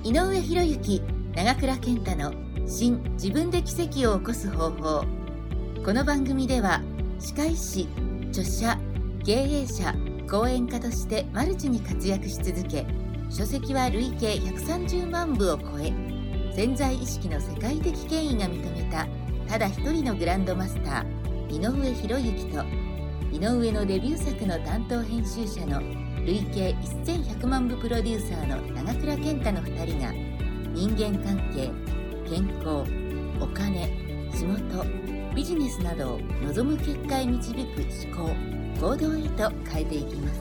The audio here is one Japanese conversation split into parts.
井上博之、長倉健太の新自分で奇跡を起こす方法。この番組では歯科医師、著者、経営者、講演家としてマルチに活躍し続け、書籍は累計130万部を超え、潜在意識の世界的権威が認めたただ一人のグランドマスター井上博之と、井上のデビュー作の担当編集者の累計1100万部プロデューサーの長倉健太の2人が、人間関係、健康、お金、仕事、ビジネスなどを望む結果へ導く思考、行動へと変えていきます。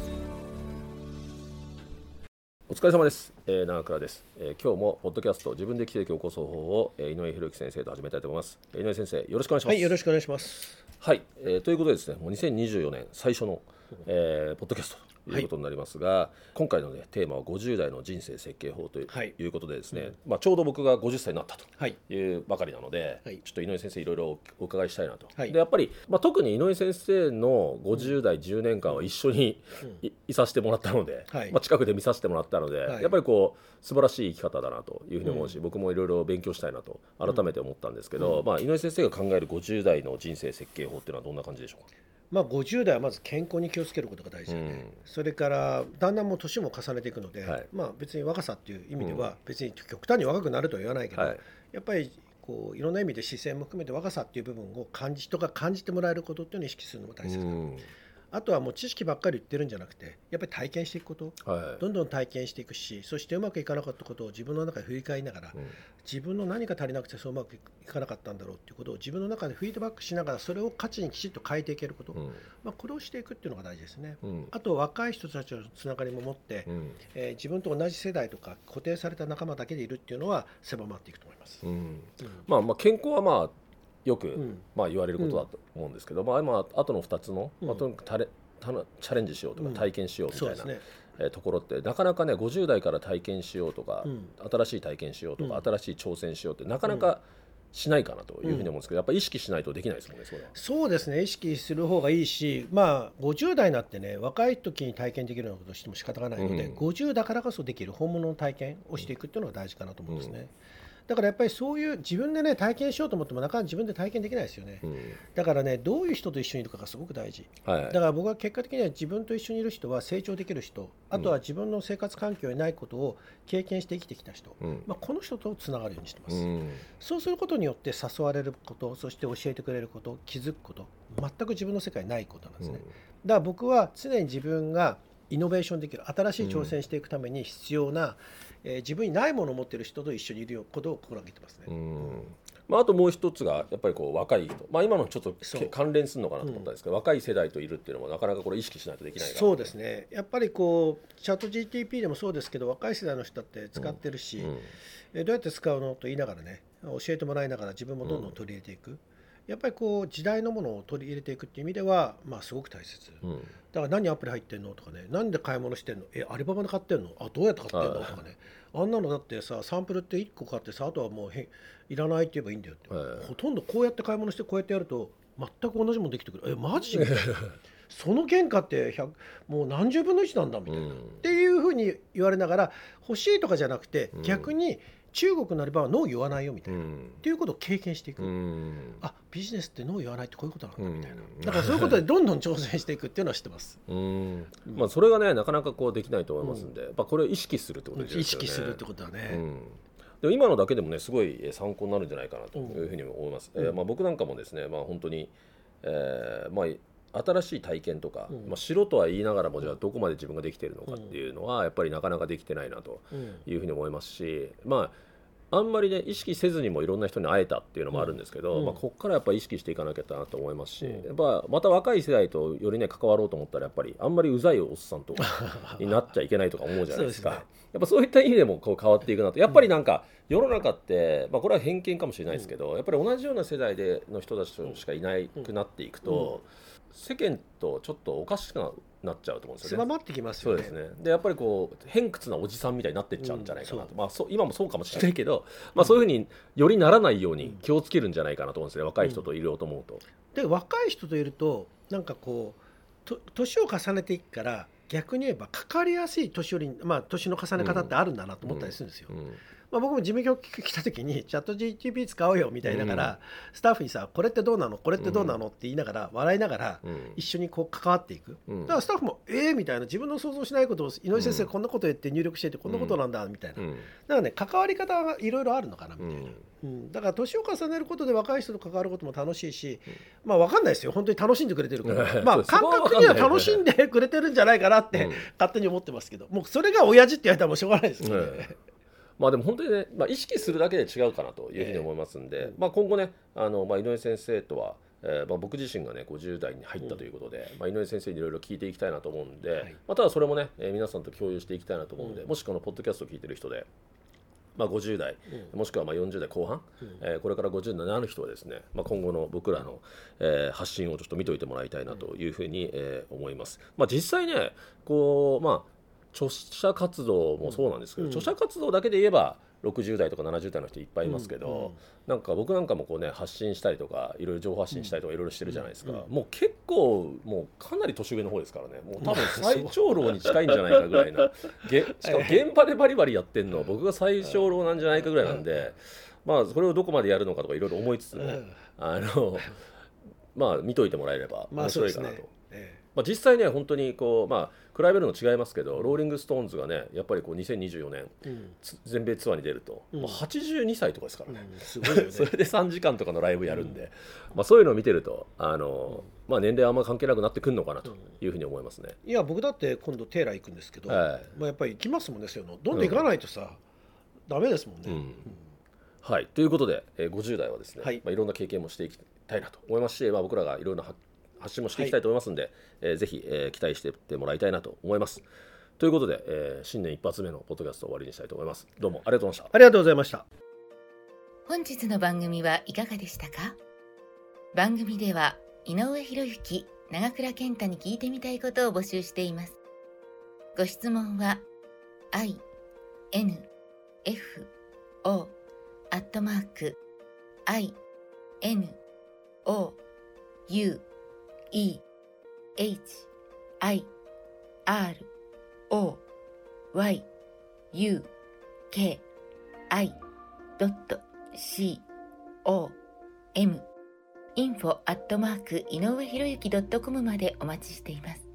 お疲れ様です、長倉です、今日もポッドキャスト自分で奇跡を起こす方法を、井上博之先生と始めたいと思います。井上先生、よろしくお願いします。 はい、よろしくお願いします。 はい、ということでですね、もう2024年最初の、ポッドキャストということになりますが、今回の、ね、テーマは50代の人生設計法ということでですね、ちょうど僕が50歳になったというばかりなので、ちょっと井上先生いろいろお伺いしたいなと、でやっぱり、特に井上先生の50代10年間は一緒に いさせてもらったので、近くで見させてもらったので、やっぱりこう素晴らしい生き方だなというふうに思うし、僕もいろいろ勉強したいなと改めて思ったんですけど、井上先生が考える50代の人生設計法っていうのはどんな感じでしょうか。 50代はまず健康に気をつけることが大事で、それからだんだんもう年も重ねていくので、別に若さっていう意味では別に極端に若くなるとは言わないけど、やっぱりこういろんな意味で視線も含めて若さっていう部分を人が感じてもらえることっていうのを意識するのも大切だと。あとはもう知識ばっかり言ってるんじゃなくて、やっぱり体験していくこと、どんどん体験していくし、そしてうまくいかなかったことを自分の中で振り返りながら、自分の何が足りなくてそううまくいかなかったんだろうっていうことを自分の中でフィードバックしながら、それを価値にきちっと変えていけること、これをしていくっていうのが大事ですね。あと若い人たちのつながりも持って、自分と同じ世代とか固定された仲間だけでいるっていうのは狭まっていくと思います。 健康はよく、言われることだと思うんですけど、今後の2つの、とにかくチャレンジしようとか体験しようみたいな、ところってなかなかね、50代から体験しようとか、新しい体験しようとか、新しい挑戦しようってなかなかしないかなというふうに思うんですけど、やっぱり意識しないとできないですもんね。 そうですね、意識する方がいいし、50代になってね、若い時に体験できるようなことをしても仕方がないので、50だからこそできる本物の体験をしていくっていうのが大事かなと思うんですね。だからやっぱりそういう自分でね体験しようと思ってもなかなか自分で体験できないですよね。だからね、どういう人と一緒にいるかがすごく大事。だから僕は結果的には自分と一緒にいる人は成長できる人、あとは自分の生活環境にないことを経験して生きてきた人、この人とつながるようにしてます。そうすることによって誘われること、そして教えてくれること、気づくこと、全く自分の世界にないことなんですね。だから僕は常に自分がイノベーションできる、新しい挑戦していくために必要な、自分にないものを持っている人と一緒にいることを心がけてますね。 あともう一つがやっぱりこう若い人、今のちょっと関連するのかなと思ったんですけど、若い世代といるっていうのもなかなかこれ意識しないとできないから。 そうですね、やっぱりこうチャット GTP でもそうですけど、若い世代の人って使ってるし、どうやって使うのと言いながらね、教えてもらいながら自分もどんどん取り入れていく、やっぱりこう時代のものを取り入れていくっていう意味では、すごく大切。だから何アプリ入ってんのとかね、なんで買い物してんの、アリババで買ってんの、どうやって買ってんのとかね、あんなのだってさ、サンプルって1個買ってさ、あとはもういらないって言えばいいんだよって、ほとんどこうやって買い物してこうやってやると全く同じものできてくる。マジみたいなその原価ってもう何十分の1なんだみたいな、っていうふうに言われながら、欲しいとかじゃなくて、逆に中国のアリババはノー言わないよみたいな、っていうことを経験していく。ビジネスってノー言わないってこういうことなんだみたいな、だからそういうことでどんどん挑戦していくっていうのは知ってます。 それがねなかなかこうできないと思いますんで、これを意識するってことですよね。 意識するってことだね。 でも今のだけでもねすごい参考になるんじゃないかなというふうに思います。僕なんかもですね、本当に、新しい体験とか、しろとは言いながらも、じゃあどこまで自分ができているのかっていうのはやっぱりなかなかできてないなというふうに思いますし、あんまりね意識せずにもいろんな人に会えたっていうのもあるんですけど、ここからやっぱり意識していかなきゃなと思いますし、やっぱまた若い世代とよりね関わろうと思ったら、やっぱりあんまりうざいおっさんとかになっちゃいけないとか思うじゃないですか。やっぱそういった意味でもこう変わっていくなと。やっぱりなんか世の中って、これは偏見かもしれないですけど、やっぱり同じような世代の人たちしかいなくなっていくと、世間とちょっとおかしくなっちゃうと思うんですよね。 狭まってきますよね。 そうですね。でやっぱりこう偏屈なおじさんみたいになってっちゃうんじゃないかなと、今もそうかもしれないけど、そういうふうによりならないように気をつけるんじゃないかなと思うんですね、若い人といると思うと。 で若い人といるとなんかこう年を重ねていくから逆に言えばかかりやすい年寄りに、年の重ね方ってあるんだなと思ったりするんですよ。僕も事務局来た時にチャット GTP 使おうよみたいながら、スタッフにさこれってどうなのこれってどうなのって言いながら笑いながら一緒にこう関わっていく、だからスタッフもみたいな、自分の想像しないことを井上先生こんなこと言って入力しててこんなことなんだみたいな、だからね関わり方がいろいろあるのかなみたいな、だから年を重ねることで若い人と関わることも楽しいし、分かんないですよ本当に楽しんでくれてるから感覚には楽しんでくれてるんじゃないかなって勝手に思ってますけど、もうそれが親父って言われたらもうしょうがないですよね。 でも本当にね、意識するだけで違うかなというふうに思いますんで、今後ね井上先生とは、僕自身がね50代に入ったということで、井上先生にいろいろ聞いていきたいなと思うんで、ただそれもね、皆さんと共有していきたいなと思うんで、もしこのポッドキャストを聞いてる人で、50代もしくは40代後半、これから50代になる人はですね、今後の僕らの、発信をちょっと見といてもらいたいなというふうに、思います。実際ねこう著者活動もそうなんですけど、著者活動だけで言えば60代とか70代の人いっぱいいますけど、なんか僕なんかもこうね発信したりとかいろいろ情報発信したりとかいろいろしてるじゃないですか、もう結構もうかなり年上の方ですからね、もう多分最長老に近いんじゃないかぐらいなしかも現場でバリバリやってんの僕が最長老なんじゃないかぐらいなんで、それをどこまでやるのかとかいろいろ思いつつも見といてもらえれば面白いかなと。実際ね本当にこう比べるの違いますけど、ローリングストーンズがねやっぱりこう2024年、全米ツアーに出ると、82歳とかですからね、すごいよねそれで3時間とかのライブやるんで、そういうのを見てると年齢はあんま関係なくなってくるのかなというふうに思いますね。 いや僕だって今度テーラー行くんですけど、やっぱり行きますもんね、そういうのどんどん行かないとさ、ダメですもんね。 はい、ということで、50代はですね、いろんな経験もしていきたいなと思いますし、僕らがいろんな発信もしていきたいと思いますので、ぜひ、期待していってもらいたいなと思います。ということで、新年一発目のポッドキャストを終わりにしたいと思います。どうもありがとうございました。 ありがとうございました。 本日の番組はいかがでしたか？番組では井上博之、長倉健太に聞いてみたいことを募集しています。ご質問は info@inoue-hiruyuki.com までお待ちしています。